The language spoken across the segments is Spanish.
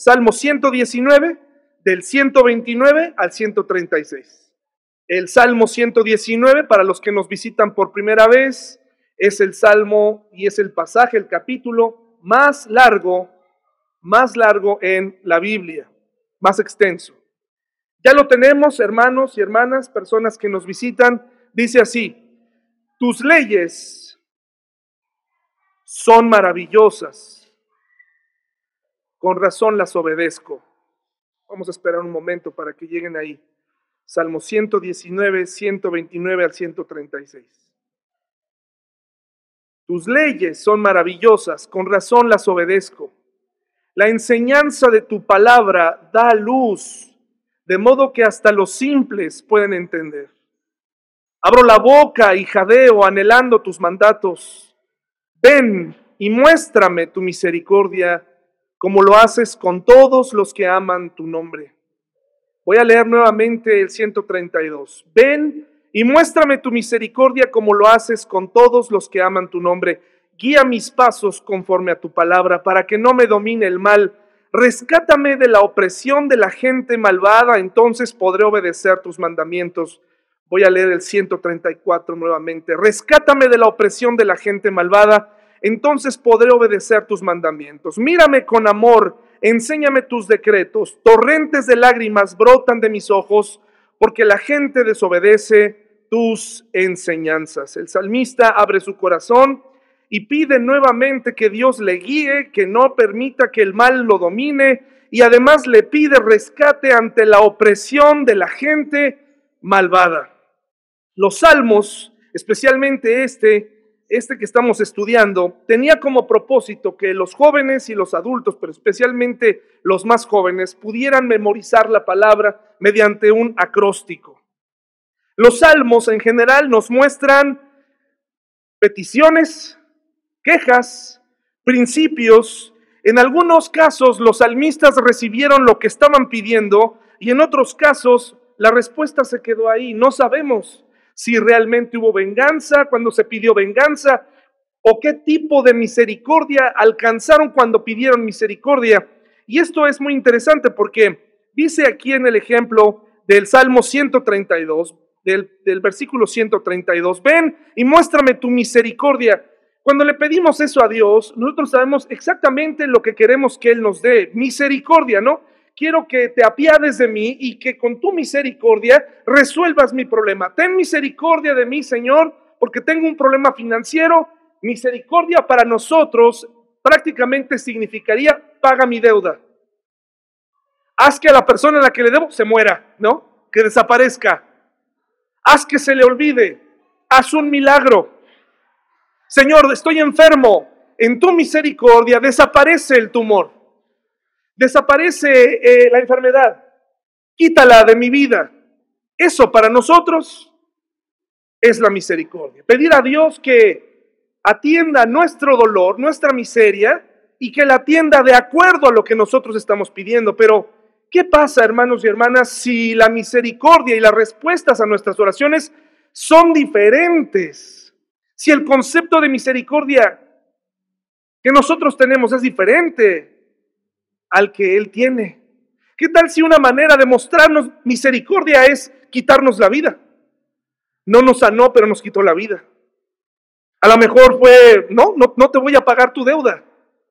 Salmo 119, del 129 al 136. El Salmo 119, para los que nos visitan por primera vez, es el Salmo y es el pasaje, el capítulo más largo en la Biblia, más extenso. Ya lo tenemos, hermanos y hermanas, personas que nos visitan. Dice así: tus leyes son maravillosas, con razón las obedezco. Vamos a esperar un momento para que lleguen ahí. Salmo 119, 129 al 136. Tus leyes son maravillosas, con razón las obedezco. La enseñanza de tu palabra da luz, de modo que hasta los simples pueden entender. Abro la boca y jadeo anhelando tus mandatos. Ven y muéstrame tu misericordia, como lo haces con todos los que aman tu nombre. Voy a leer nuevamente el 132. Ven y muéstrame tu misericordia, como lo haces con todos los que aman tu nombre. Guía mis pasos conforme a tu palabra, para que no me domine el mal. Rescátame de la opresión de la gente malvada, entonces podré obedecer tus mandamientos. Voy a leer el 134 nuevamente. Rescátame de la opresión de la gente malvada, entonces podré obedecer tus mandamientos. Mírame con amor, enséñame tus decretos. Torrentes de lágrimas brotan de mis ojos, porque la gente desobedece tus enseñanzas. El salmista abre su corazón y pide nuevamente que Dios le guíe, que no permita que el mal lo domine, y además le pide rescate ante la opresión de la gente malvada. Los salmos, especialmente este que estamos estudiando, tenía como propósito que los jóvenes y los adultos, pero especialmente los más jóvenes, pudieran memorizar la palabra mediante un acróstico. Los salmos en general nos muestran peticiones, quejas, principios. En algunos casos los salmistas recibieron lo que estaban pidiendo y en otros casos la respuesta se quedó ahí. No sabemos si realmente hubo venganza cuando se pidió venganza o qué tipo de misericordia alcanzaron cuando pidieron misericordia. Y esto es muy interesante porque dice aquí en el ejemplo del Salmo 132, del versículo 132, ven y muéstrame tu misericordia. Cuando le pedimos eso a Dios, nosotros sabemos exactamente lo que queremos que Él nos dé, misericordia, ¿no? Quiero que te apiades de mí y que con tu misericordia resuelvas mi problema. Ten misericordia de mí, Señor, porque tengo un problema financiero. Misericordia para nosotros prácticamente significaría paga mi deuda. Haz que a la persona a la que le debo se muera, ¿no? Que desaparezca. Haz que se le olvide. Haz un milagro. Señor, estoy enfermo. En tu misericordia desaparece el tumor. Desaparece la enfermedad. Quítala de mi vida. Eso para nosotros es la misericordia. Pedir a Dios que atienda nuestro dolor, nuestra miseria, y que la atienda de acuerdo a lo que nosotros estamos pidiendo. Pero, ¿qué pasa, hermanos y hermanas, si la misericordia y las respuestas a nuestras oraciones son diferentes? Si el concepto de misericordia que nosotros tenemos es diferente al que Él tiene. ¿Qué tal si una manera de mostrarnos misericordia es quitarnos la vida? No nos sanó, pero nos quitó la vida. A lo mejor fue, no te voy a pagar tu deuda.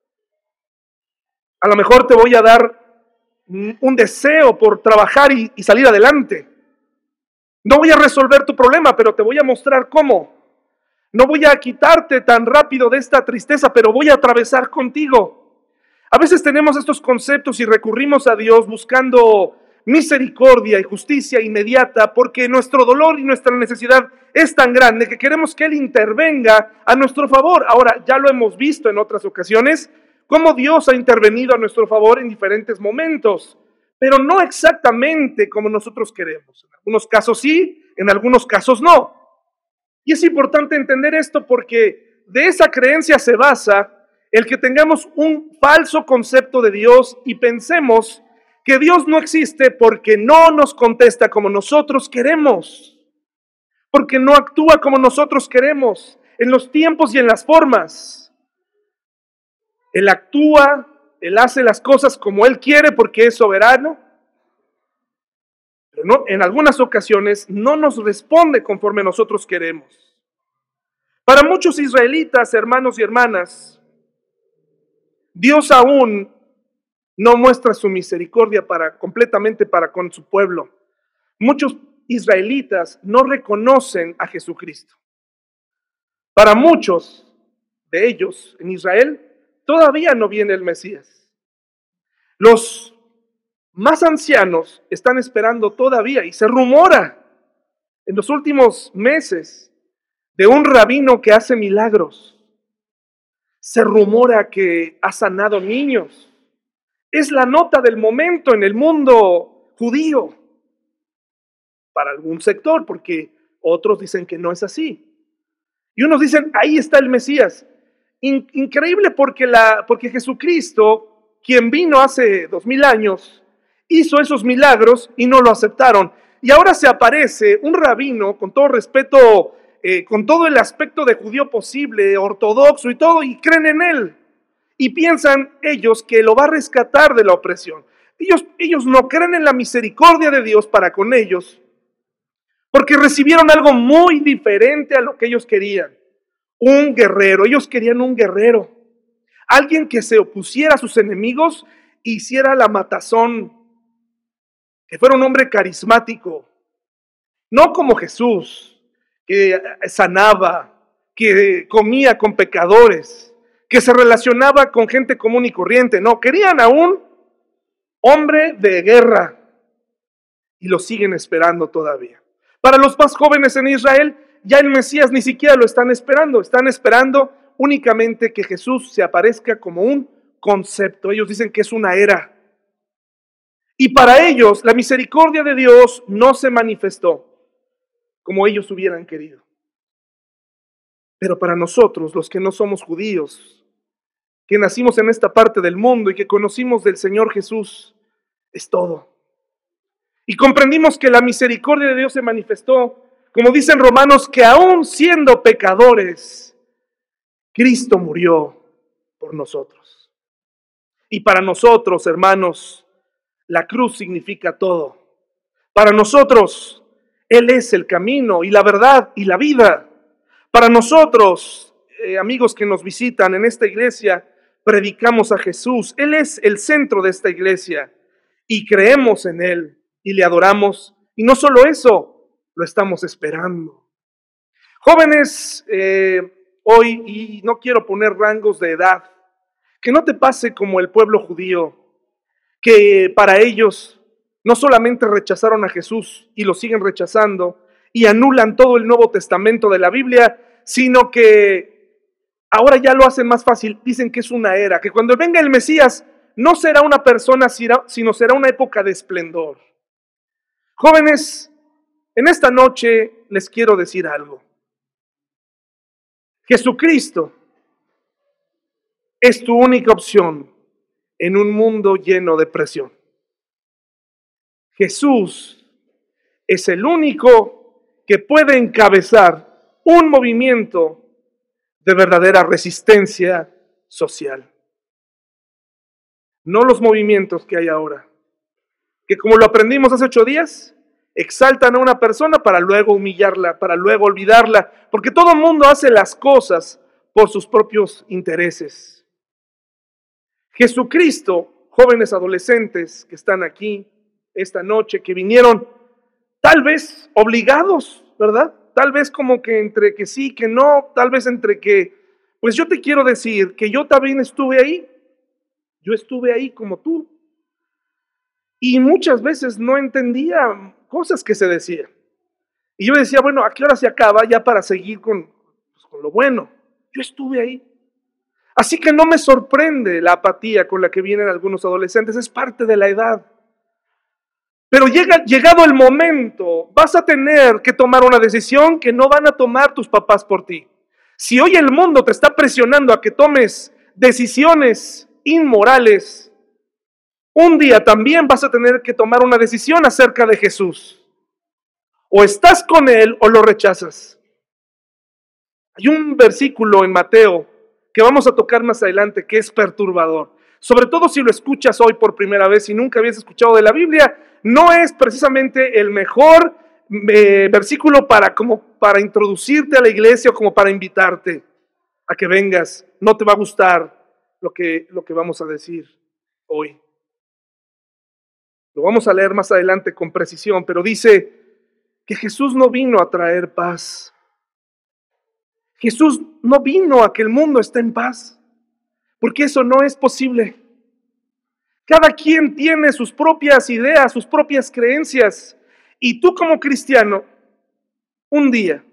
A lo mejor te voy a dar un deseo por trabajar y salir adelante. No voy a resolver tu problema, pero te voy a mostrar cómo. No voy a quitarte tan rápido de esta tristeza, pero voy a atravesar contigo. A veces tenemos estos conceptos y recurrimos a Dios buscando misericordia y justicia inmediata porque nuestro dolor y nuestra necesidad es tan grande que queremos que Él intervenga a nuestro favor. Ahora, ya lo hemos visto en otras ocasiones, cómo Dios ha intervenido a nuestro favor en diferentes momentos, pero no exactamente como nosotros queremos. En algunos casos sí, en algunos casos no. Y es importante entender esto porque de esa creencia se basa el que tengamos un falso concepto de Dios y pensemos que Dios no existe porque no nos contesta como nosotros queremos, porque no actúa como nosotros queremos, en los tiempos y en las formas. Él actúa Él hace las cosas como Él quiere porque es soberano. Pero no, en algunas ocasiones no nos responde conforme nosotros queremos. Para muchos israelitas, hermanos y hermanas, Dios aún no muestra su misericordia completamente para con su pueblo. Muchos israelitas no reconocen a Jesucristo. Para muchos de ellos en Israel todavía no viene el Mesías. Los más ancianos están esperando todavía y se rumora en los últimos meses de un rabino que hace milagros. Se rumora que ha sanado niños. Es la nota del momento en el mundo judío para algún sector, porque otros dicen que no es así. Y unos dicen, ahí está el Mesías. Increíble porque Jesucristo, quien vino hace 2000 años, hizo esos milagros y no lo aceptaron. Y ahora se aparece un rabino, con todo respeto, con todo el aspecto de judío posible, ortodoxo y todo, y creen en él. Y piensan ellos que lo va a rescatar de la opresión. Ellos no creen en la misericordia de Dios para con ellos, porque recibieron algo muy diferente a lo que ellos querían. Un guerrero, ellos querían un guerrero. Alguien que se opusiera a sus enemigos, hiciera la matazón, que fuera un hombre carismático. No como Jesús, que sanaba, que comía con pecadores, que se relacionaba con gente común y corriente. No, querían a un hombre de guerra y lo siguen esperando todavía. Para los más jóvenes en Israel, ya el Mesías ni siquiera lo están esperando únicamente que Jesús se aparezca como un concepto. Ellos dicen que es una era. Y para ellos la misericordia de Dios no se manifestó como ellos hubieran querido. Pero para nosotros, los que no somos judíos, que nacimos en esta parte del mundo y que conocimos del Señor Jesús, es todo. Y comprendimos que la misericordia de Dios se manifestó, como dicen Romanos, que aún siendo pecadores, Cristo murió por nosotros. Y para nosotros, hermanos, la cruz significa todo. Para nosotros, Él es el camino y la verdad y la vida. Para nosotros, amigos que nos visitan en esta iglesia, predicamos a Jesús. Él es el centro de esta iglesia y creemos en Él y le adoramos. Y no solo eso, lo estamos esperando. Jóvenes, hoy, y no quiero poner rangos de edad, que no te pase como el pueblo judío, que para ellos no solamente rechazaron a Jesús y lo siguen rechazando y anulan todo el Nuevo Testamento de la Biblia, sino que ahora ya lo hacen más fácil. Dicen que es una era, que cuando venga el Mesías no será una persona, sino será una época de esplendor. Jóvenes, en esta noche les quiero decir algo. Jesucristo es tu única opción en un mundo lleno de presión. Jesús es el único que puede encabezar un movimiento de verdadera resistencia social. No los movimientos que hay ahora, que como lo aprendimos hace 8 días, exaltan a una persona para luego humillarla, para luego olvidarla, porque todo el mundo hace las cosas por sus propios intereses. Jesucristo, jóvenes adolescentes que están aquí esta noche, que vinieron tal vez obligados, ¿verdad? Tal vez como que entre que sí, que no, tal vez entre que, pues yo te quiero decir que yo también estuve ahí. Yo estuve ahí como tú. Y muchas veces no entendía cosas que se decían. Y yo decía, bueno, ¿a qué hora se acaba ya para seguir con lo bueno? Yo estuve ahí. Así que no me sorprende la apatía con la que vienen algunos adolescentes, es parte de la edad. Pero llegado el momento, vas a tener que tomar una decisión que no van a tomar tus papás por ti. Si hoy el mundo te está presionando a que tomes decisiones inmorales, un día también vas a tener que tomar una decisión acerca de Jesús. O estás con Él o lo rechazas. Hay un versículo en Mateo que vamos a tocar más adelante que es perturbador. sobre todo si lo escuchas hoy por primera vez y nunca habías escuchado de la Biblia, no es precisamente el mejor versículo para introducirte a la iglesia o como para invitarte a que vengas. No te va a gustar lo que vamos a decir hoy. Lo vamos a leer más adelante con precisión, pero dice que Jesús no vino a traer paz. Jesús no vino a que el mundo esté en paz, porque eso no es posible. Cada quien tiene sus propias ideas, sus propias creencias, y tú como cristiano, un día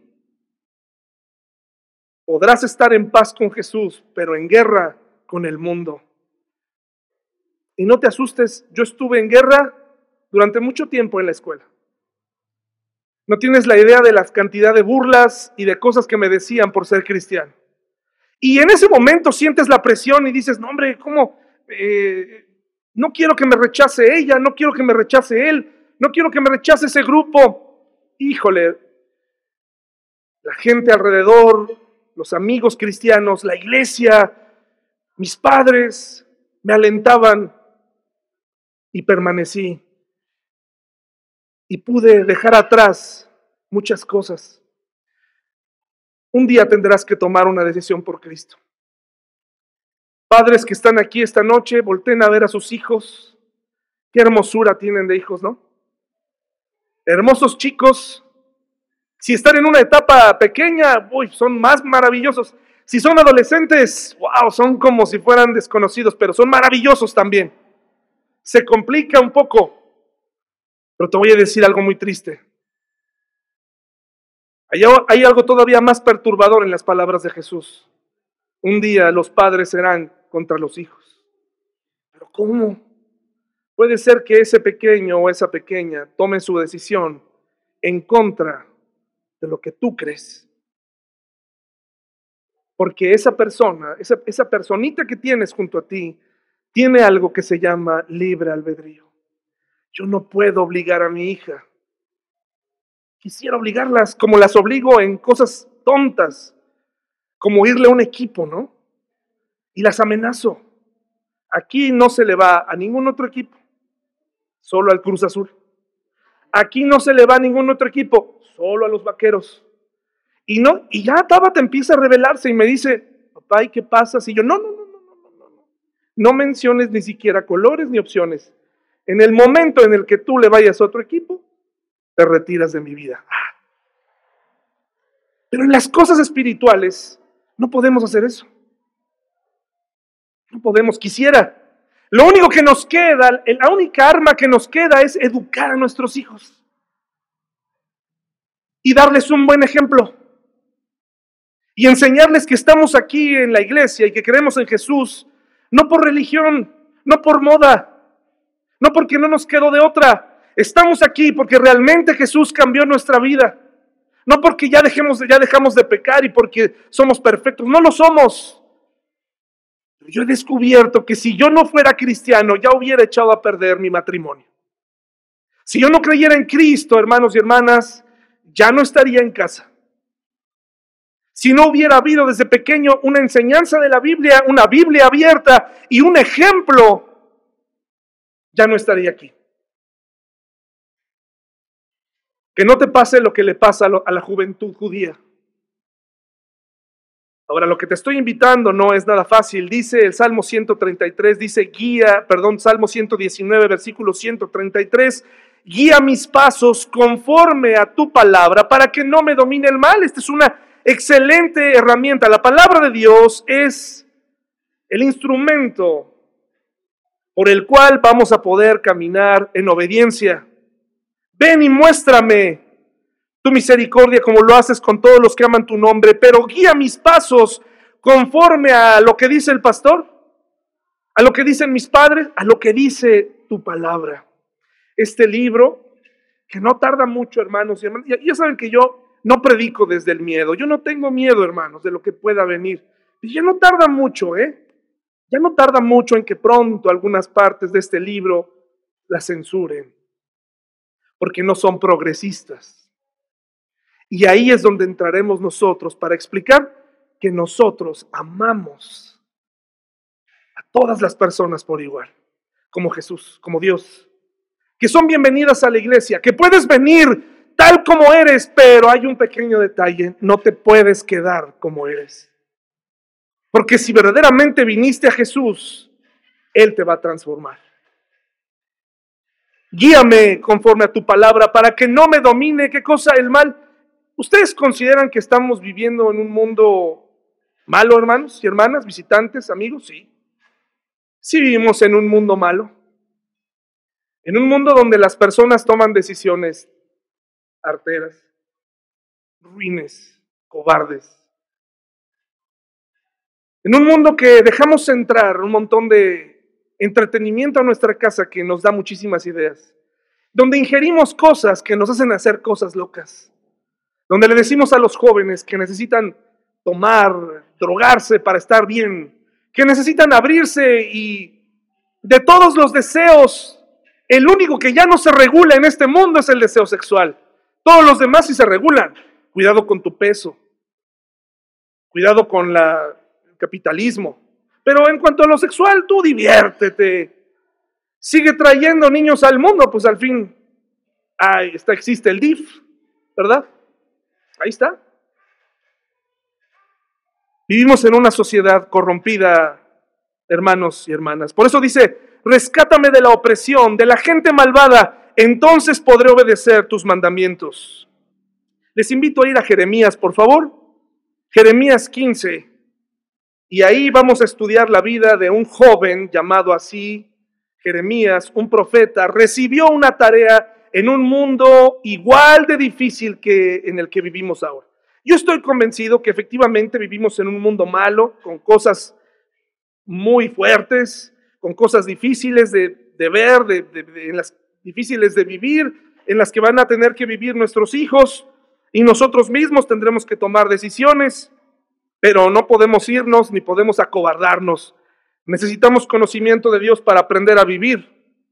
podrás estar en paz con Jesús, pero en guerra con el mundo. Y no te asustes, yo estuve en guerra durante mucho tiempo en la escuela. No tienes la idea de la cantidad de burlas y de cosas que me decían por ser cristiano. Y en ese momento sientes la presión y dices, no hombre, ¿cómo? No quiero que me rechace ella, no quiero que me rechace él, no quiero que me rechace ese grupo. Híjole, la gente alrededor, los amigos cristianos, la iglesia, mis padres me alentaban y permanecí. Y pude dejar atrás muchas cosas. Un día tendrás que tomar una decisión por Cristo. Padres que están aquí esta noche, volteen a ver a sus hijos. Qué hermosura tienen de hijos, ¿no? Hermosos chicos. Si están en una etapa pequeña, son más maravillosos. Si son adolescentes, wow, son como si fueran desconocidos, pero son maravillosos también. Se complica un poco, pero te voy a decir algo muy triste. Hay algo todavía más perturbador en las palabras de Jesús. Un día los padres serán contra los hijos. ¿Pero cómo? Puede ser que ese pequeño o esa pequeña tome su decisión en contra de lo que tú crees. Porque esa persona, esa personita que tienes junto a ti, tiene algo que se llama libre albedrío. Yo no puedo obligar a mi hija. Quisiera obligarlas como las obligo en cosas tontas, como irle a un equipo, ¿no? Y las amenazo. Aquí no se le va a ningún otro equipo, solo al Cruz Azul. Aquí no se le va a ningún otro equipo, solo a los Vaqueros. Y ya Tabata empieza a rebelarse y me dice, papá, ¿y qué pasa? Y yo, no. No menciones ni siquiera colores ni opciones. En el momento en el que tú le vayas a otro equipo, te retiras de mi vida. Pero en las cosas espirituales no podemos hacer eso. No podemos, quisiera. Lo único que nos queda, la única arma que nos queda es educar a nuestros hijos y darles un buen ejemplo y enseñarles que estamos aquí en la iglesia y que creemos en Jesús, no por religión, no por moda, no porque no nos quedó de otra. Estamos aquí porque realmente Jesús cambió nuestra vida. No porque ya dejamos de pecar y porque somos perfectos. No lo somos. Yo he descubierto que si yo no fuera cristiano, ya hubiera echado a perder mi matrimonio. Si yo no creyera en Cristo, hermanos y hermanas, ya no estaría en casa. Si no hubiera habido desde pequeño una enseñanza de la Biblia, una Biblia abierta y un ejemplo, ya no estaría aquí. Que no te pase lo que le pasa a la juventud judía. Ahora, lo que te estoy invitando no es nada fácil. Dice el Salmo 133, Salmo 119, versículo 133, guía mis pasos conforme a tu palabra para que no me domine el mal. Esta es una excelente herramienta. La palabra de Dios es el instrumento por el cual vamos a poder caminar en obediencia. Ven y muéstrame tu misericordia como lo haces con todos los que aman tu nombre, pero guía mis pasos conforme a lo que dice el pastor, a lo que dicen mis padres, a lo que dice tu palabra. Este libro, que no tarda mucho, hermanos y hermanas, ya saben que yo no predico desde el miedo, yo no tengo miedo, hermanos, de lo que pueda venir. Y ya no tarda mucho, ya no tarda mucho en que pronto algunas partes de este libro la censuren, porque no son progresistas. Y ahí es donde entraremos nosotros para explicar que nosotros amamos a todas las personas por igual, como Jesús, como Dios, que son bienvenidas a la iglesia, que puedes venir tal como eres, pero hay un pequeño detalle: no te puedes quedar como eres. Porque si verdaderamente viniste a Jesús, Él te va a transformar. Guíame conforme a tu palabra para que no me domine, ¿qué cosa? El mal. ¿Ustedes consideran que estamos viviendo en un mundo malo, hermanos y hermanas, visitantes, amigos? Sí. Sí vivimos en un mundo malo. En un mundo donde las personas toman decisiones arteras, ruines, cobardes. En un mundo que dejamos entrar un montón de entretenimiento a nuestra casa que nos da muchísimas ideas. Donde ingerimos cosas que nos hacen hacer cosas locas. Donde le decimos a los jóvenes que necesitan tomar, drogarse para estar bien. Que necesitan abrirse y de todos los deseos, el único que ya no se regula en este mundo es el deseo sexual. Todos los demás sí se regulan. Cuidado con tu peso. Cuidado con el capitalismo. Pero en cuanto a lo sexual, tú diviértete. Sigue trayendo niños al mundo, pues al fin existe el DIF, ¿verdad? Ahí está. Vivimos en una sociedad corrompida, hermanos y hermanas. Por eso dice: rescátame de la opresión, de la gente malvada, entonces podré obedecer tus mandamientos. Les invito a ir a Jeremías, por favor. Jeremías 15. Y ahí vamos a estudiar la vida de un joven llamado así, Jeremías, un profeta. Recibió una tarea en un mundo igual de difícil que en el que vivimos ahora. Yo estoy convencido que efectivamente vivimos en un mundo malo, con cosas muy fuertes, con cosas difíciles de ver, en las difíciles de vivir, en las que van a tener que vivir nuestros hijos, y nosotros mismos tendremos que tomar decisiones. Pero no podemos irnos ni podemos acobardarnos. Necesitamos conocimiento de Dios para aprender a vivir.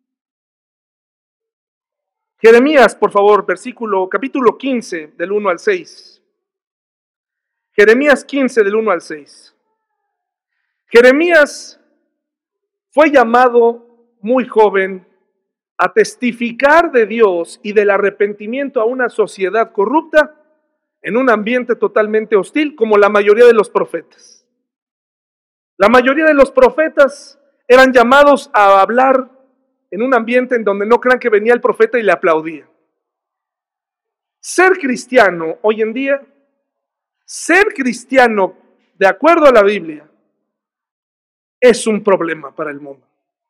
Jeremías, por favor, capítulo 15, del 1 al 6. Jeremías 15, del 1 al 6. Jeremías fue llamado muy joven a testificar de Dios y del arrepentimiento a una sociedad corrupta, en un ambiente totalmente hostil, como la mayoría de los profetas. La mayoría de los profetas eran llamados a hablar en un ambiente en donde no crean que venía el profeta y le aplaudía. Ser cristiano hoy en día, ser cristiano de acuerdo a la Biblia, es un problema para el mundo.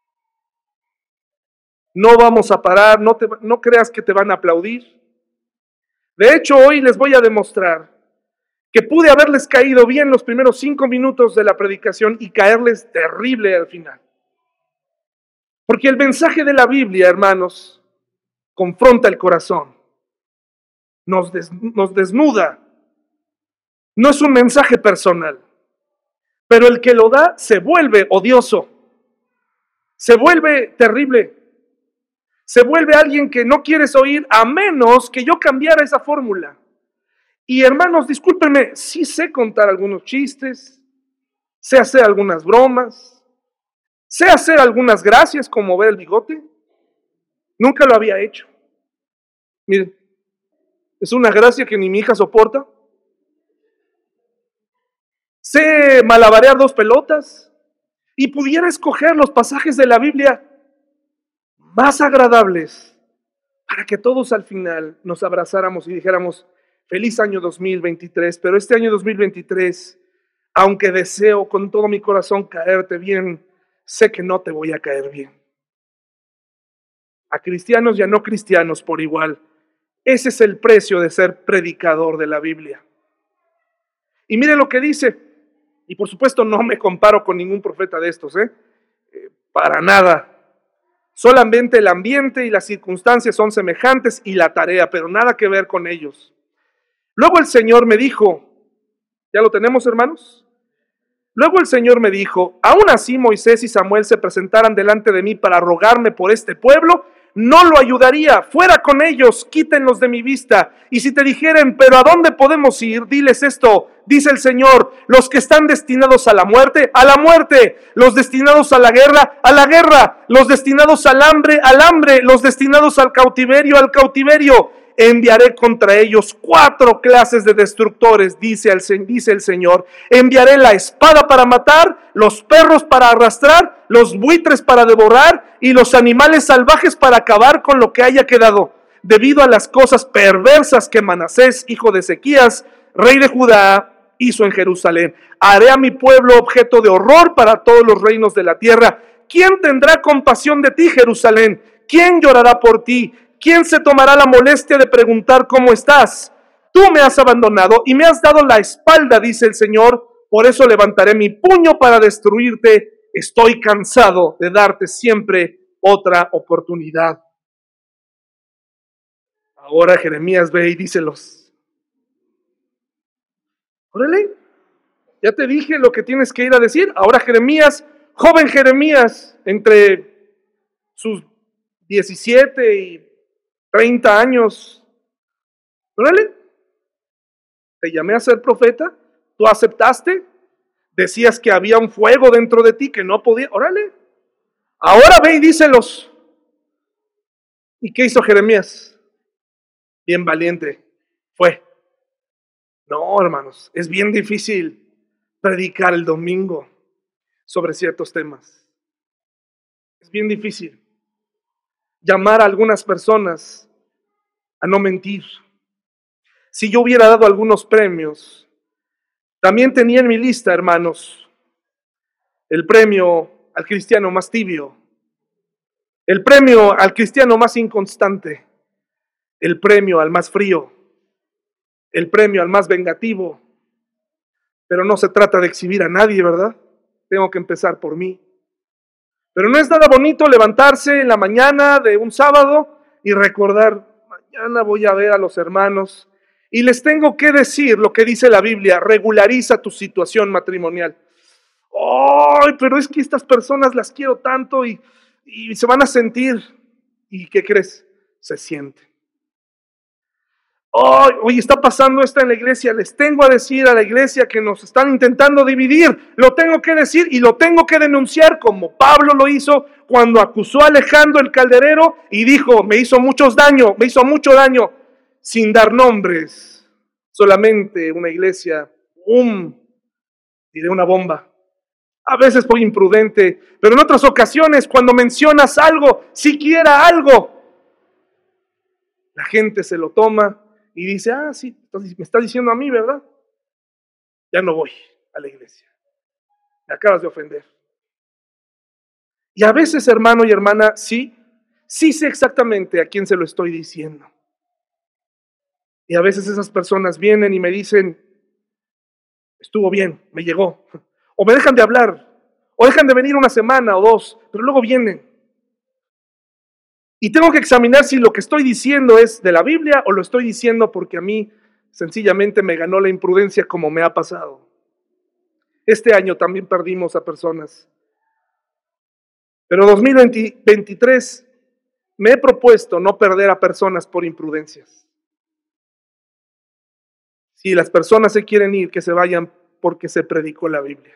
No vamos a parar, no creas que te van a aplaudir. De hecho, hoy les voy a demostrar que pude haberles caído bien los primeros 5 minutos de la predicación y caerles terrible al final. Porque el mensaje de la Biblia, hermanos, confronta el corazón, nos desnuda. No es un mensaje personal, pero el que lo da se vuelve odioso, se vuelve terrible. Se vuelve alguien que no quieres oír a menos que yo cambiara esa fórmula. Y hermanos, discúlpenme, sí sé contar algunos chistes, sé hacer algunas bromas, sé hacer algunas gracias como ver el bigote. Nunca lo había hecho. Miren, es una gracia que ni mi hija soporta. Sé malabarear 2 pelotas y pudiera escoger los pasajes de la Biblia más agradables para que todos al final nos abrazáramos y dijéramos: feliz año 2023, pero este año 2023, aunque deseo con todo mi corazón caerte bien, sé que no te voy a caer bien. A cristianos y a no cristianos por igual. Ese es el precio de ser predicador de la Biblia. Y mire lo que dice, y por supuesto no me comparo con ningún profeta de estos, para nada. Solamente el ambiente y las circunstancias son semejantes y la tarea, pero nada que ver con ellos. Luego el Señor me dijo, ¿ya lo tenemos, hermanos? Luego el Señor me dijo: aún así Moisés y Samuel se presentaran delante de mí para rogarme por este pueblo, no lo ayudaría. Fuera con ellos, quítenlos de mi vista. Y si te dijeren, pero ¿a dónde podemos ir? Diles esto, dice el Señor, los que están destinados a la muerte, los destinados a la guerra, los destinados al hambre, los destinados al cautiverio. Enviaré contra ellos 4 clases de destructores, dice el Señor. Enviaré la espada para matar, los perros para arrastrar, los buitres para devorar y los animales salvajes para acabar con lo que haya quedado, debido a las cosas perversas que Manasés, hijo de Ezequías, rey de Judá, hizo en Jerusalén. Haré a mi pueblo objeto de horror para todos los reinos de la tierra. ¿Quién tendrá compasión de ti, Jerusalén? ¿Quién llorará por ti? ¿Quién se tomará la molestia de preguntar cómo estás? Tú me has abandonado y me has dado la espalda, dice el Señor. Por eso levantaré mi puño para destruirte. Estoy cansado de darte siempre otra oportunidad. Ahora Jeremías ve y díselos. Órale, ya te dije lo que tienes que ir a decir. Ahora Jeremías, joven Jeremías, entre sus 17 y 30 años. Órale, te llamé a ser profeta, tú aceptaste, decías que había un fuego dentro de ti que no podía. Órale, ahora ve y díselos. ¿Y qué hizo Jeremías? Bien valiente fue. No, hermanos, es bien difícil predicar el domingo sobre ciertos temas. Es bien difícil llamar a algunas personas a no mentir. Si yo hubiera dado algunos premios, también tenía en mi lista, hermanos, el premio al cristiano más tibio, el premio al cristiano más inconstante, el premio al más frío, el premio al más vengativo. Pero no se trata de exhibir a nadie, ¿verdad? Tengo que empezar por mí. Pero no es nada bonito levantarse en la mañana de un sábado y recordar, mañana voy a ver a los hermanos y les tengo que decir lo que dice la Biblia: regulariza tu situación matrimonial. ¡Ay, pero es que estas personas las quiero tanto y se van a sentir! ¿Y qué crees? Se sienten. Hoy está pasando esto en la iglesia, les tengo a decir a la iglesia que nos están intentando dividir, lo tengo que decir y lo tengo que denunciar, como Pablo lo hizo cuando acusó a Alejandro el calderero y dijo, me hizo mucho daño, sin dar nombres, solamente una iglesia, tiré una bomba. A veces fue imprudente, pero en otras ocasiones cuando mencionas algo, siquiera algo, la gente se lo toma y dice, sí, me estás diciendo a mí, ¿verdad? Ya no voy a la iglesia. Me acabas de ofender. Y a veces, hermano y hermana, sí sé exactamente a quién se lo estoy diciendo. Y a veces esas personas vienen y me dicen, estuvo bien, me llegó. O me dejan de hablar, o dejan de venir una semana o 2, pero luego vienen. Y tengo que examinar si lo que estoy diciendo es de la Biblia o lo estoy diciendo porque a mí sencillamente me ganó la imprudencia, como me ha pasado. Este año también perdimos a personas. Pero 2023 me he propuesto no perder a personas por imprudencias. Si las personas se quieren ir, que se vayan porque se predicó la Biblia.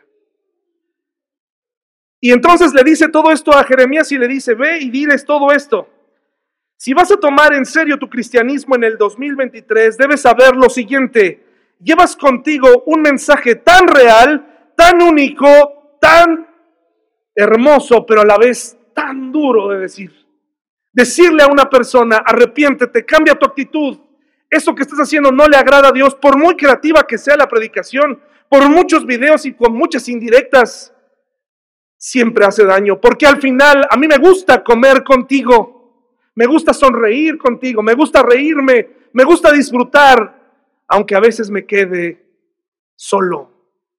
Y entonces le dice todo esto a Jeremías y le dice, ve y diles todo esto. Si vas a tomar en serio tu cristianismo en el 2023, debes saber lo siguiente. Llevas contigo un mensaje tan real, tan único, tan hermoso, pero a la vez tan duro de decir. Decirle a una persona, arrepiéntete, cambia tu actitud. Eso que estás haciendo no le agrada a Dios, por muy creativa que sea la predicación, por muchos videos y con muchas indirectas. Siempre hace daño, porque al final a mí me gusta comer contigo, me gusta sonreír contigo, me gusta reírme, me gusta disfrutar, aunque a veces me quede solo.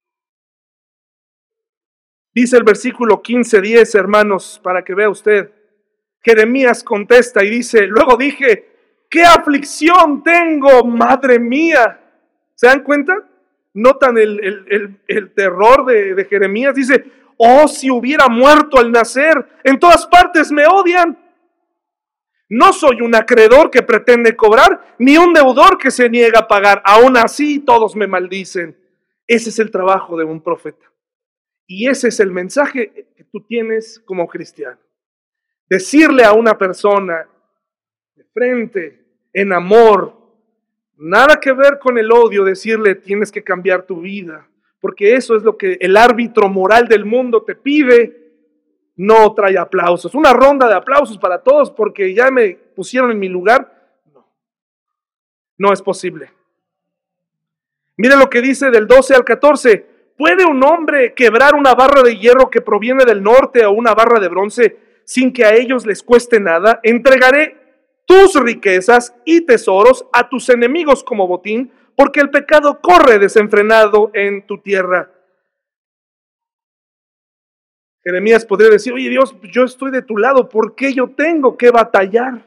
Dice el versículo 15:10, hermanos, para que vea usted. Jeremías contesta y dice, luego dije, ¿qué aflicción tengo, madre mía? ¿Se dan cuenta? ¿Notan el terror de Jeremías? Dice, si hubiera muerto al nacer, en todas partes me odian. No soy un acreedor que pretende cobrar, ni un deudor que se niega a pagar. Aún así todos me maldicen. Ese es el trabajo de un profeta. Y ese es el mensaje que tú tienes como cristiano. Decirle a una persona de frente, en amor, nada que ver con el odio, decirle tienes que cambiar tu vida, porque eso es lo que el árbitro moral del mundo te pide. No trae aplausos, una ronda de aplausos para todos porque ya me pusieron en mi lugar. No es posible. Mire lo que dice del 12 al 14. ¿Puede un hombre quebrar una barra de hierro que proviene del norte o una barra de bronce sin que a ellos les cueste nada? Entregaré tus riquezas y tesoros a tus enemigos como botín, porque el pecado corre desenfrenado en tu tierra. Jeremías podría decir, oye Dios, yo estoy de tu lado, ¿por qué yo tengo que batallar?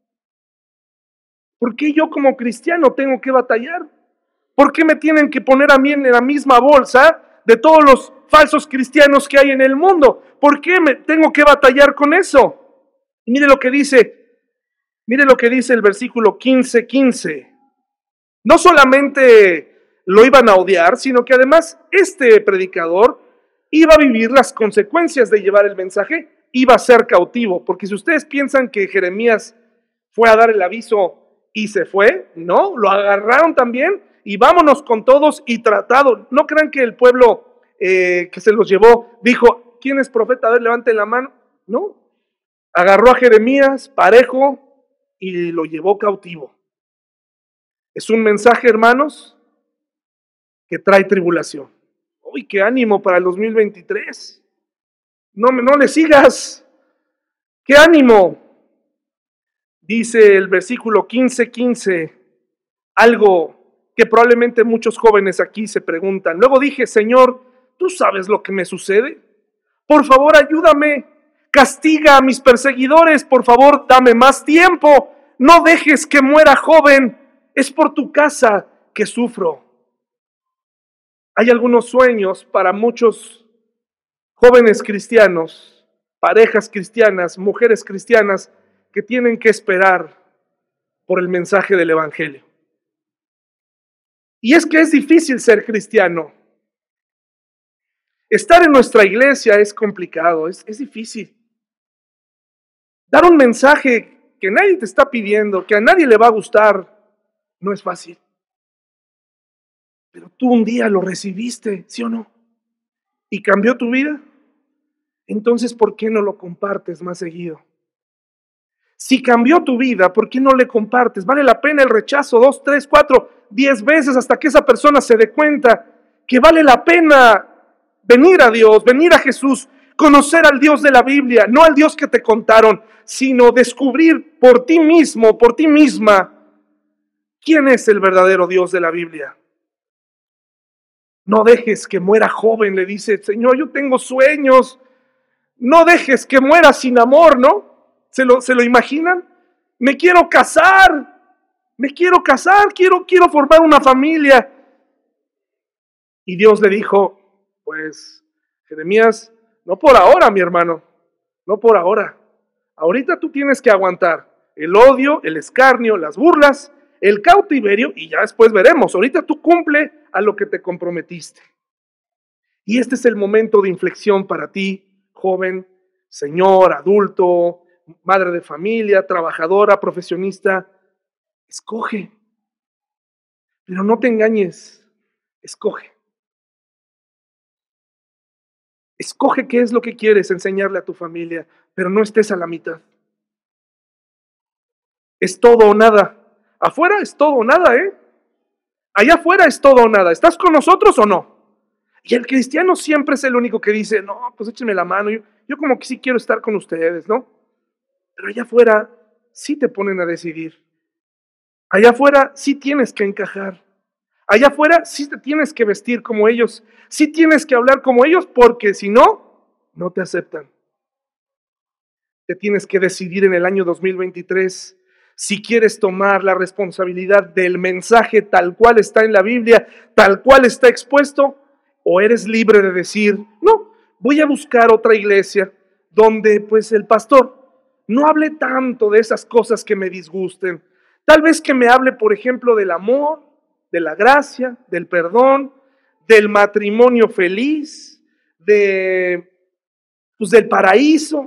¿Por qué yo como cristiano tengo que batallar? ¿Por qué me tienen que poner a mí en la misma bolsa de todos los falsos cristianos que hay en el mundo? ¿Por qué me tengo que batallar con eso? Y mire lo que dice el versículo 15:15. No solamente lo iban a odiar, sino que además este predicador iba a vivir las consecuencias de llevar el mensaje, iba a ser cautivo, porque si ustedes piensan que Jeremías fue a dar el aviso y se fue, no, lo agarraron también y vámonos con todos y tratado. No crean que el pueblo que se los llevó dijo, ¿quién es profeta? A ver, levanten la mano. No, agarró a Jeremías parejo y lo llevó cautivo. Es un mensaje, hermanos, que trae tribulación. ¡Uy, qué ánimo para el 2023! No le sigas. ¡Qué ánimo! Dice el versículo 15:15, algo que probablemente muchos jóvenes aquí se preguntan. Luego dije, Señor, ¿tú sabes lo que me sucede? Por favor, ayúdame. Castiga a mis perseguidores. Por favor, dame más tiempo. No dejes que muera joven. Es por tu casa que sufro. Hay algunos sueños para muchos jóvenes cristianos, parejas cristianas, mujeres cristianas que tienen que esperar por el mensaje del evangelio. Y es que es difícil ser cristiano. Estar en nuestra iglesia es complicado, es difícil. Dar un mensaje que nadie te está pidiendo, que a nadie le va a gustar, no es fácil. Pero tú un día lo recibiste, ¿sí o no? ¿Y cambió tu vida? Entonces, ¿por qué no lo compartes más seguido? Si cambió tu vida, ¿por qué no le compartes? Vale la pena el rechazo 2, 3, 4, 10 veces hasta que esa persona se dé cuenta que vale la pena venir a Dios, venir a Jesús, conocer al Dios de la Biblia, no al Dios que te contaron, sino descubrir por ti mismo, por ti misma, quién es el verdadero Dios de la Biblia. No dejes que muera joven, le dice, Señor, yo tengo sueños. No dejes que muera sin amor, ¿no? ¿Se lo imaginan? Me quiero casar, quiero formar una familia. Y Dios le dijo, pues, Jeremías, no por ahora, mi hermano, no por ahora. Ahorita tú tienes que aguantar el odio, el escarnio, las burlas, el cautiverio, y ya después veremos. Ahorita tú cumple a lo que te comprometiste. Y este es el momento de inflexión para ti, joven, señor, adulto, madre de familia, trabajadora, profesionista. Escoge. Pero no te engañes. Escoge. Escoge qué es lo que quieres enseñarle a tu familia, pero no estés a la mitad. Es todo o nada. Afuera es todo o nada, ¿eh? Allá afuera es todo o nada. ¿Estás con nosotros o no? Y el cristiano siempre es el único que dice, no, pues échenme la mano, yo como que sí quiero estar con ustedes, ¿no? Pero allá afuera sí te ponen a decidir. Allá afuera sí tienes que encajar. Allá afuera sí te tienes que vestir como ellos. Sí tienes que hablar como ellos, porque si no, no te aceptan. Te tienes que decidir en el año 2023 si quieres tomar la responsabilidad del mensaje tal cual está en la Biblia, tal cual está expuesto, o eres libre de decir, no, voy a buscar otra iglesia donde pues el pastor no hable tanto de esas cosas que me disgusten. Tal vez que me hable, por ejemplo, del amor, de la gracia, del perdón, del matrimonio feliz, del paraíso.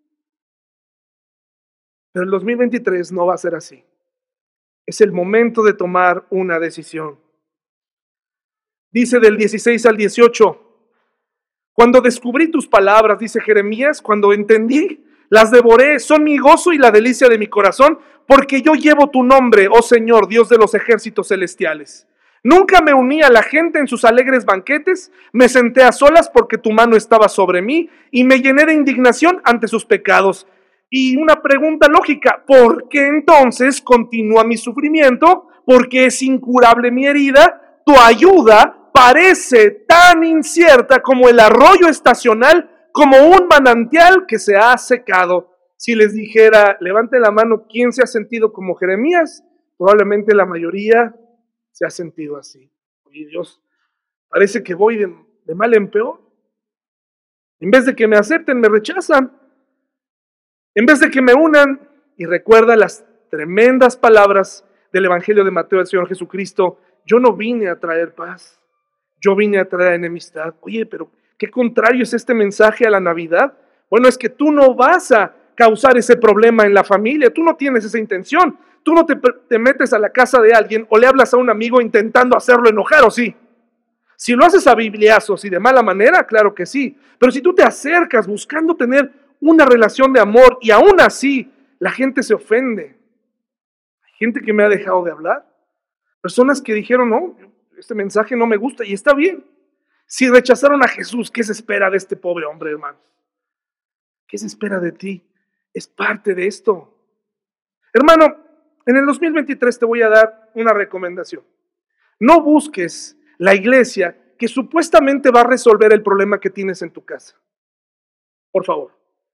Pero el 2023 no va a ser así. Es el momento de tomar una decisión. Dice del 16 al 18, cuando descubrí tus palabras, dice Jeremías, cuando entendí, las devoré, son mi gozo y la delicia de mi corazón, porque yo llevo tu nombre, oh Señor, Dios de los ejércitos celestiales. Nunca me uní a la gente en sus alegres banquetes, me senté a solas porque tu mano estaba sobre mí y me llené de indignación ante sus pecados. Y una pregunta lógica, ¿por qué entonces continúa mi sufrimiento? ¿Porque es incurable mi herida? Tu ayuda parece tan incierta como el arroyo estacional, como un manantial que se ha secado. Si les dijera, levante la mano, ¿quién se ha sentido como Jeremías? Probablemente la mayoría se ha sentido así. Oye, Dios, parece que voy de mal en peor. En vez de que me acepten, me rechazan. En vez de que me unan, y recuerda las tremendas palabras del Evangelio de Mateo del Señor Jesucristo, yo no vine a traer paz, yo vine a traer enemistad. Oye, pero ¿qué contrario es este mensaje a la Navidad? Bueno, es que tú no vas a causar ese problema en la familia, tú no tienes esa intención, tú no te metes a la casa de alguien o le hablas a un amigo intentando hacerlo enojar, ¿o sí? Si lo haces a bibliazos y de mala manera, claro que sí, pero si tú te acercas buscando tener una relación de amor y aún así la gente se ofende, hay gente que me ha dejado de hablar, personas que dijeron, no, este mensaje no me gusta y está bien. Si rechazaron a Jesús, ¿qué se espera de este pobre hombre, hermanos? ¿Qué se espera de ti? Es parte de esto. Hermano, en el 2023 te voy a dar una recomendación. No busques la iglesia que supuestamente va a resolver el problema que tienes en tu casa. Por favor.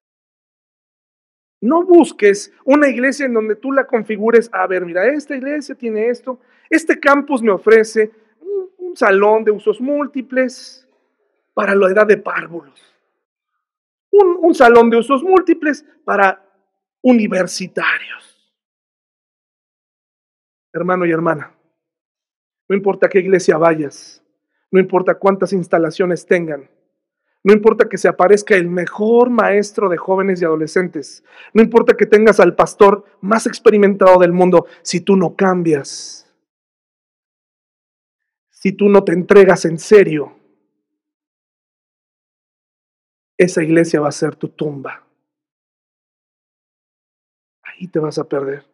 No busques una iglesia en donde tú la configures, a ver, mira, esta iglesia tiene esto, este campus me ofrece un salón de usos múltiples para la edad de párvulos, un salón de usos múltiples para universitarios. Hermano y hermana, no importa qué iglesia vayas, no importa cuántas instalaciones tengan, no importa que se aparezca el mejor maestro de jóvenes y adolescentes, no importa que tengas al pastor más experimentado del mundo, si tú no cambias, si tú no te entregas en serio, esa iglesia va a ser tu tumba. Ahí te vas a perder.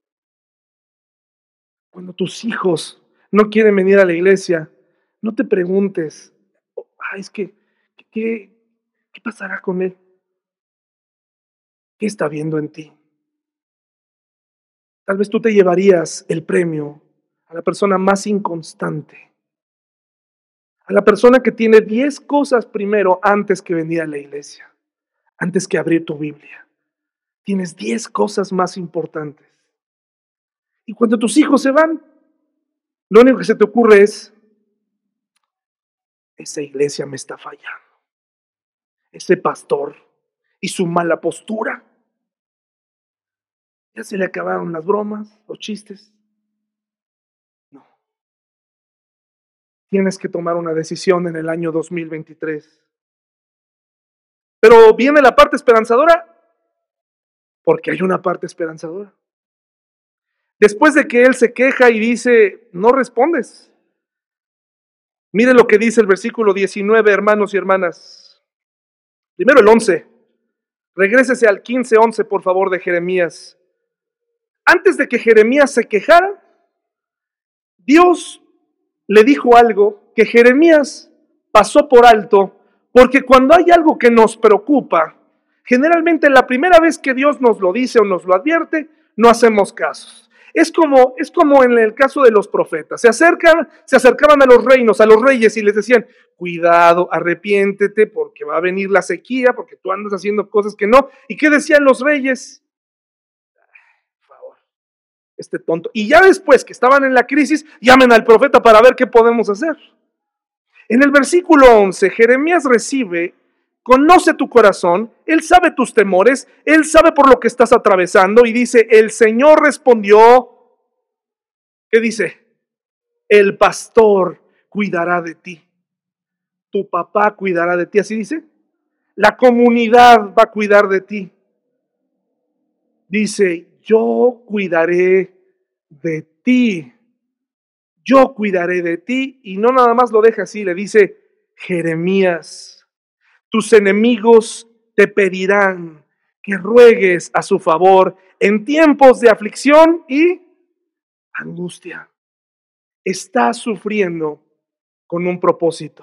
Cuando tus hijos no quieren venir a la iglesia, no te preguntes, es que, ¿qué pasará con él? ¿Qué está viendo en ti? Tal vez tú te llevarías el premio a la persona más inconstante, a la persona que tiene 10 cosas primero antes que venir a la iglesia, antes que abrir tu Biblia. Tienes 10 cosas más importantes. Y cuando tus hijos se van, lo único que se te ocurre es, esa iglesia me está fallando. Ese pastor y su mala postura. Ya se le acabaron las bromas, los chistes. No. Tienes que tomar una decisión en el año 2023. Pero viene la parte esperanzadora, porque hay una parte esperanzadora. Después de que él se queja y dice, no respondes. Mire lo que dice el versículo 19, hermanos y hermanas. Primero el 11. Regrésese al 15:11, por favor, de Jeremías. Antes de que Jeremías se quejara, Dios le dijo algo que Jeremías pasó por alto, porque cuando hay algo que nos preocupa, generalmente la primera vez que Dios nos lo dice o nos lo advierte, no hacemos caso. Es como en el caso de los profetas. Se acercaban a los reinos, a los reyes y les decían, cuidado, arrepiéntete porque va a venir la sequía, porque tú andas haciendo cosas que no. ¿Y qué decían los reyes? Por favor, este tonto. Y ya después que estaban en la crisis, llamen al profeta para ver qué podemos hacer. En el versículo 11, Jeremías recibe conoce tu corazón, Él sabe tus temores, Él sabe por lo que estás atravesando y dice, el Señor respondió, ¿qué dice? El pastor cuidará de ti, tu papá cuidará de ti, así dice, la comunidad va a cuidar de ti. Dice, yo cuidaré de ti, yo cuidaré de ti, y no nada más lo deja así, le dice, Jeremías, tus enemigos te pedirán que ruegues a su favor en tiempos de aflicción y angustia. Estás sufriendo con un propósito.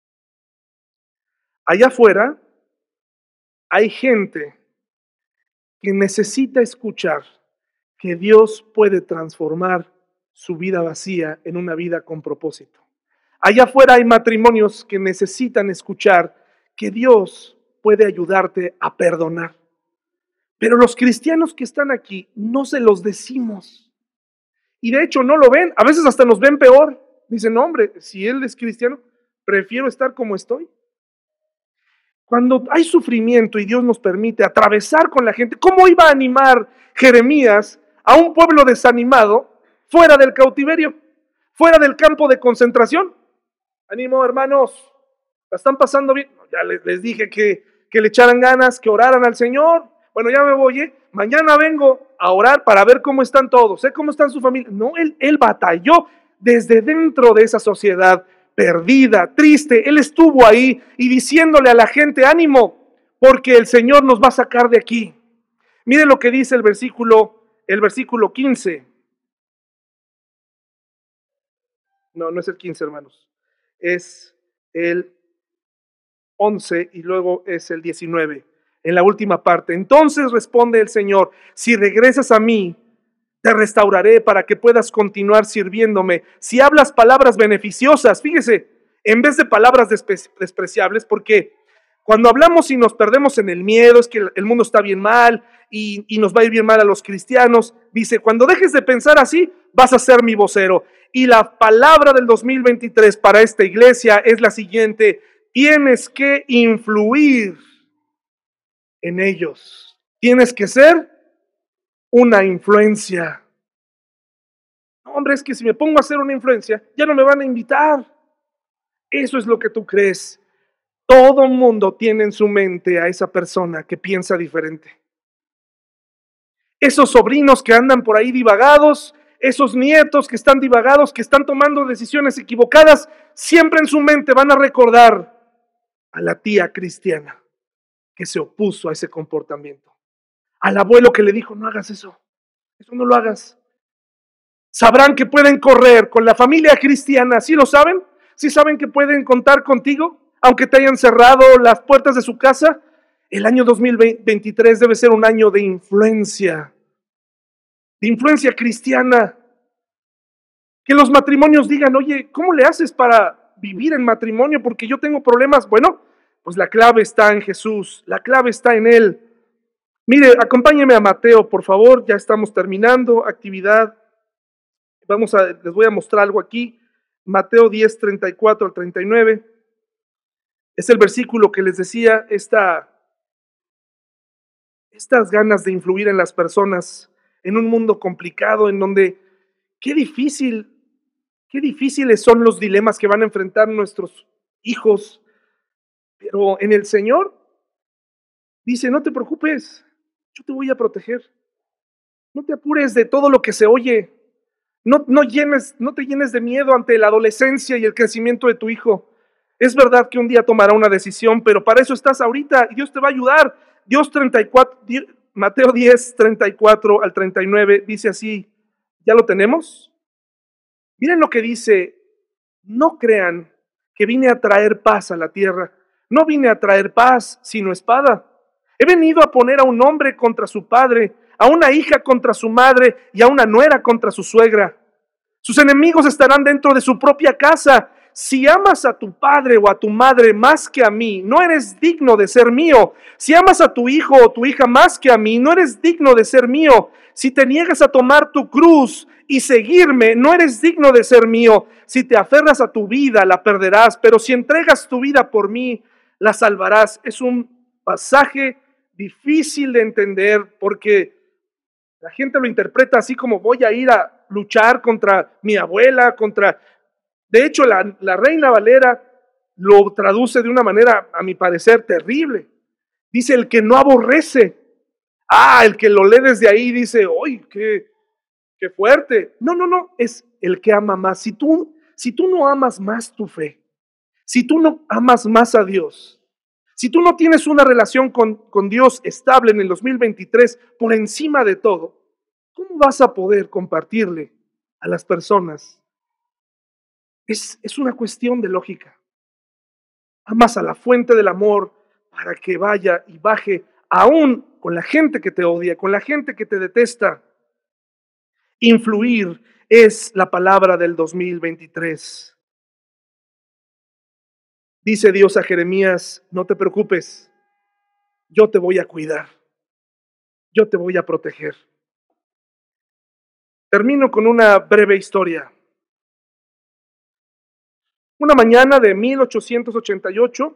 Allá afuera hay gente que necesita escuchar que Dios puede transformar su vida vacía en una vida con propósito. Allá afuera hay matrimonios que necesitan escuchar que Dios puede ayudarte a perdonar. Pero los cristianos que están aquí no se los decimos. Y de hecho no lo ven, a veces hasta nos ven peor. Dicen, no, hombre, si él es cristiano, prefiero estar como estoy. Cuando hay sufrimiento y Dios nos permite atravesar con la gente, ¿cómo iba a animar Jeremías a un pueblo desanimado fuera del cautiverio, fuera del campo de concentración? Ánimo, hermanos, la están pasando bien. Ya les dije que le echaran ganas, que oraran al Señor. Bueno, ya me voy, mañana vengo a orar para ver cómo están todos, cómo están su familia. No, él batalló desde dentro de esa sociedad perdida, triste. Él estuvo ahí y diciéndole a la gente, ánimo, porque el Señor nos va a sacar de aquí. Mire lo que dice el versículo 15. No es el 15, hermanos. Es el 11 y luego es el 19. En la última parte. Entonces responde el Señor, si regresas a mí, te restauraré para que puedas continuar sirviéndome. Si hablas palabras beneficiosas, fíjese, en vez de palabras despreciables, porque cuando hablamos y nos perdemos en el miedo, es que el mundo está bien mal y nos va a ir bien mal a los cristianos, dice, cuando dejes de pensar así, vas a ser mi vocero. Y la palabra del 2023 para esta iglesia es la siguiente, tienes que influir en ellos. Tienes que ser una influencia. No, hombre, es que si me pongo a hacer una influencia, ya no me van a invitar. Eso es lo que tú crees. Todo mundo tiene en su mente a esa persona que piensa diferente. Esos sobrinos que andan por ahí divagados, esos nietos que están divagados, que están tomando decisiones equivocadas, siempre en su mente van a recordar a la tía cristiana que se opuso a ese comportamiento. Al abuelo que le dijo, no hagas eso no lo hagas. Sabrán que pueden correr con la familia cristiana, ¿sí lo saben? ¿Sí saben que pueden contar contigo? Aunque te hayan cerrado las puertas de su casa, el año 2023 debe ser un año de influencia cristiana. Que los matrimonios digan, oye, ¿cómo le haces para vivir en matrimonio? Porque yo tengo problemas. Bueno, pues la clave está en Jesús, la clave está en Él. Mire, acompáñeme a Mateo, por favor, ya estamos terminando actividad. Les voy a mostrar algo aquí. Mateo 10, 34 al 39. Es el versículo que les decía, estas ganas de influir en las personas en un mundo complicado, en donde qué difíciles son los dilemas que van a enfrentar nuestros hijos. Pero en el Señor dice, no te preocupes, yo te voy a proteger. No te apures de todo lo que se oye. No te llenes de miedo ante la adolescencia y el crecimiento de tu hijo. Es verdad que un día tomará una decisión, pero para eso estás ahorita y Dios te va a ayudar. Mateo 10, 34 al 39 dice así, ¿ya lo tenemos? Miren lo que dice, no crean que vine a traer paz a la tierra. No vine a traer paz, sino espada. He venido a poner a un hombre contra su padre, a una hija contra su madre y a una nuera contra su suegra. Sus enemigos estarán dentro de su propia casa. Si amas a tu padre o a tu madre más que a mí, no eres digno de ser mío. Si amas a tu hijo o tu hija más que a mí, no eres digno de ser mío. Si te niegas a tomar tu cruz y seguirme, no eres digno de ser mío. Si te aferras a tu vida, la perderás, pero si entregas tu vida por mí, la salvarás. Es un pasaje difícil de entender porque la gente lo interpreta así como voy a ir a luchar contra mi abuela, De hecho, la Reina Valera lo traduce de una manera, a mi parecer, terrible. Dice, el que no aborrece. El que lo lee desde ahí dice, ¡ay, qué fuerte! No, es el que ama más. Si tú no amas más tu fe, si tú no amas más a Dios, si tú no tienes una relación con Dios estable en el 2023 por encima de todo, ¿cómo vas a poder compartirle a las personas? Es una cuestión de lógica. Amas a la fuente del amor para que vaya y baje aún con la gente que te odia, con la gente que te detesta. Influir es la palabra del 2023. Dice Dios a Jeremías, no te preocupes, yo te voy a cuidar, yo te voy a proteger. Termino con una breve historia. Una mañana de 1888,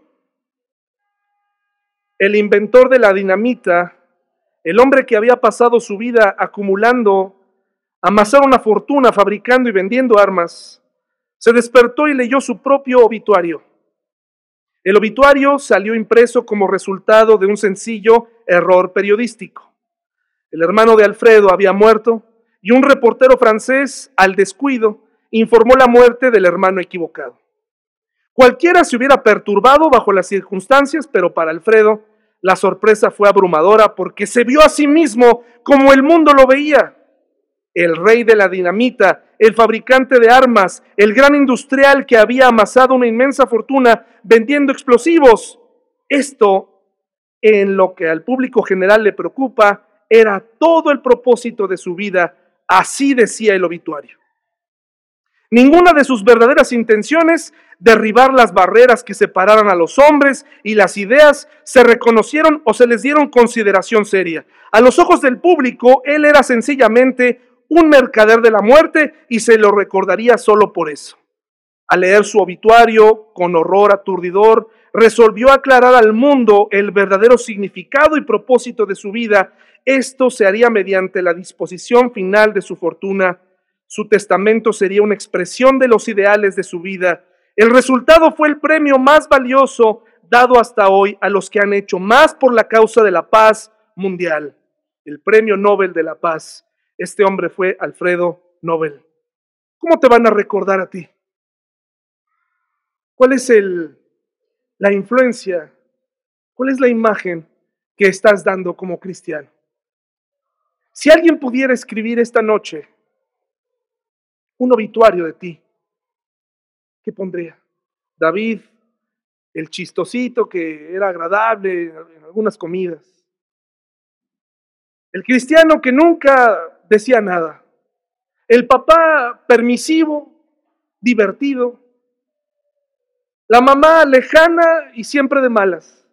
el inventor de la dinamita, el hombre que había pasado su vida acumulando, amasar una fortuna fabricando y vendiendo armas, se despertó y leyó su propio obituario. El obituario salió impreso como resultado de un sencillo error periodístico. El hermano de Alfredo había muerto y un reportero francés, al descuido, informó la muerte del hermano equivocado. Cualquiera se hubiera perturbado bajo las circunstancias, pero para Alfredo la sorpresa fue abrumadora porque se vio a sí mismo como el mundo lo veía. El rey de la dinamita, el fabricante de armas, el gran industrial que había amasado una inmensa fortuna vendiendo explosivos. Esto, en lo que al público general le preocupa, era todo el propósito de su vida, así decía el obituario. Ninguna de sus verdaderas intenciones, derribar las barreras que separaran a los hombres y las ideas, se reconocieron o se les dieron consideración seria. A los ojos del público, él era sencillamente un mercader de la muerte y se lo recordaría solo por eso. Al leer su obituario, con horror aturdidor, resolvió aclarar al mundo el verdadero significado y propósito de su vida. Esto se haría mediante la disposición final de su fortuna. Su testamento sería una expresión de los ideales de su vida. El resultado fue el premio más valioso dado hasta hoy a los que han hecho más por la causa de la paz mundial. El Premio Nobel de la Paz. Este hombre fue Alfredo Nobel. ¿Cómo te van a recordar a ti? ¿Cuál es la influencia? ¿Cuál es la imagen que estás dando como cristiano? Si alguien pudiera escribir esta noche un obituario de ti, ¿qué pondría? David, el chistosito que era agradable en algunas comidas. El cristiano que nunca decía nada. El papá permisivo, divertido. La mamá lejana y siempre de malas.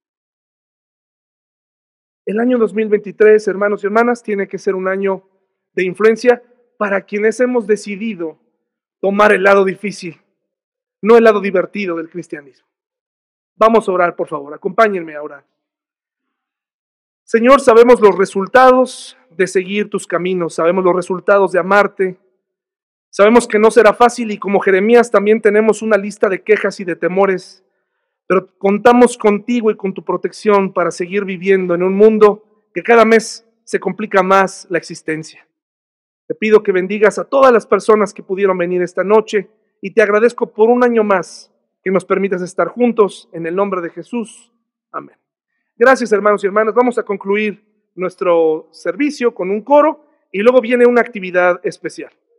El año 2023, hermanos y hermanas, tiene que ser un año de influencia para quienes hemos decidido tomar el lado difícil, no el lado divertido del cristianismo. Vamos a orar, por favor, acompáñenme a orar. Señor, sabemos los resultados de seguir tus caminos, sabemos los resultados de amarte, sabemos que no será fácil y como Jeremías también tenemos una lista de quejas y de temores, pero contamos contigo y con tu protección para seguir viviendo en un mundo que cada mes se complica más la existencia. Te pido que bendigas a todas las personas que pudieron venir esta noche y te agradezco por un año más que nos permitas estar juntos en el nombre de Jesús. Amén. Gracias, hermanos y hermanas. Vamos a concluir nuestro servicio con un coro y luego viene una actividad especial.